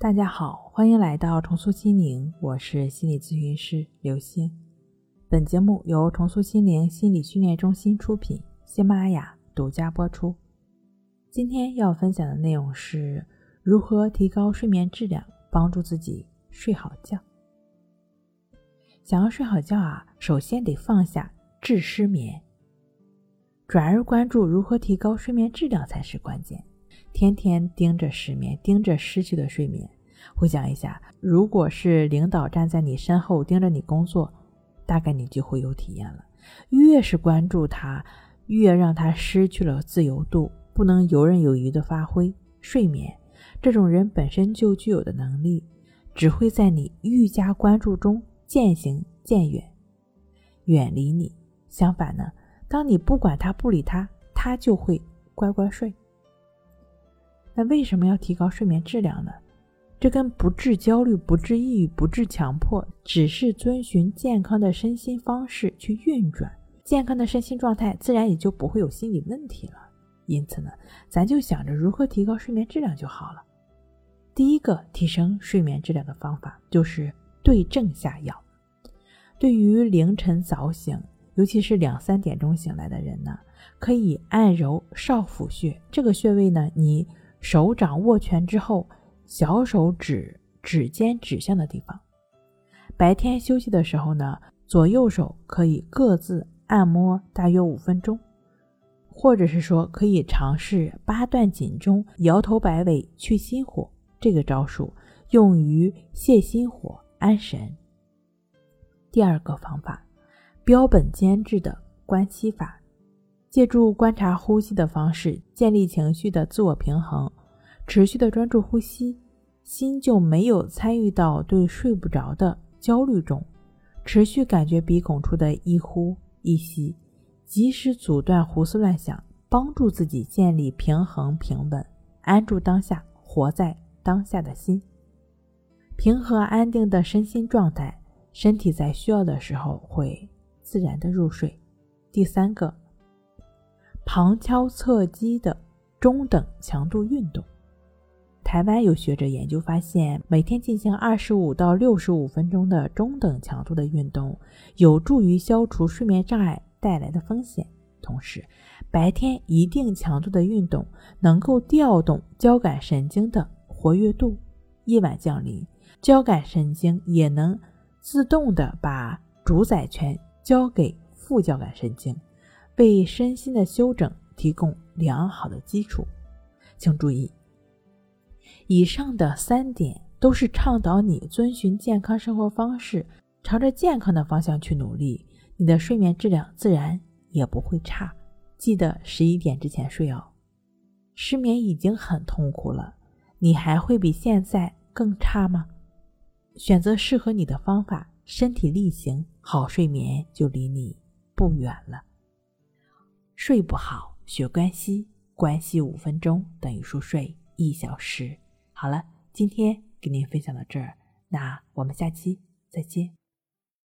大家好，欢迎来到重塑心灵，我是心理咨询师刘星。本节目由重塑心灵心理训练中心出品，喜马拉雅独家播出。今天要分享的内容是如何提高睡眠质量，帮助自己睡好觉。想要睡好觉首先得放下治失眠，转而关注如何提高睡眠质量才是关键。天天盯着失眠，盯着失去的睡眠，回想一下，如果是领导站在你身后盯着你工作，大概你就会有体验了。越是关注他，越让他失去了自由度，不能游刃有余地发挥睡眠。这种人本身就具有的能力，只会在你愈加关注中渐行渐远，远离你。相反呢，当你不管他不理他，他就会乖乖睡。那为什么要提高睡眠质量呢？这跟不治焦虑、不治抑郁、不治强迫，只是遵循健康的身心方式去运转，健康的身心状态自然也就不会有心理问题了。因此呢，咱就想着如何提高睡眠质量就好了。第一个提升睡眠质量的方法就是对症下药。对于凌晨早醒，尤其是2、3点钟醒来的人呢，可以按揉少府穴。这个穴位呢，你手掌握拳之后，小手指尖指向的地方。白天休息的时候呢，左右手可以各自按摩大约5分钟，或者是说可以尝试8段锦中摇头摆尾去心火，这个招数用于泻心火安神。第二个方法，标本兼治的观息法，借助观察呼吸的方式建立情绪的自我平衡，持续的专注呼吸，心就没有参与到对睡不着的焦虑中，持续感觉鼻孔处的一呼一吸，及时阻断胡思乱想，帮助自己建立平衡平稳，安住当下，活在当下的心。平和安定的身心状态，身体在需要的时候会自然的入睡。第三个，旁敲侧击的中等强度运动。台湾有学者研究发现，每天进行25到65分钟的中等强度的运动，有助于消除睡眠障碍带来的风险。同时，白天一定强度的运动能够调动交感神经的活跃度，夜晚降临，交感神经也能自动的把主宰权交给副交感神经，为身心的休整提供良好的基础。请注意，以上的3点都是倡导你遵循健康生活方式，朝着健康的方向去努力，你的睡眠质量自然也不会差。记得11点之前睡哦。失眠已经很痛苦了，你还会比现在更差吗？选择适合你的方法，身体力行，好睡眠就离你不远了。睡不好学关息，关息5分钟等于熟睡1小时。好了，今天给您分享到这儿，那我们下期再见。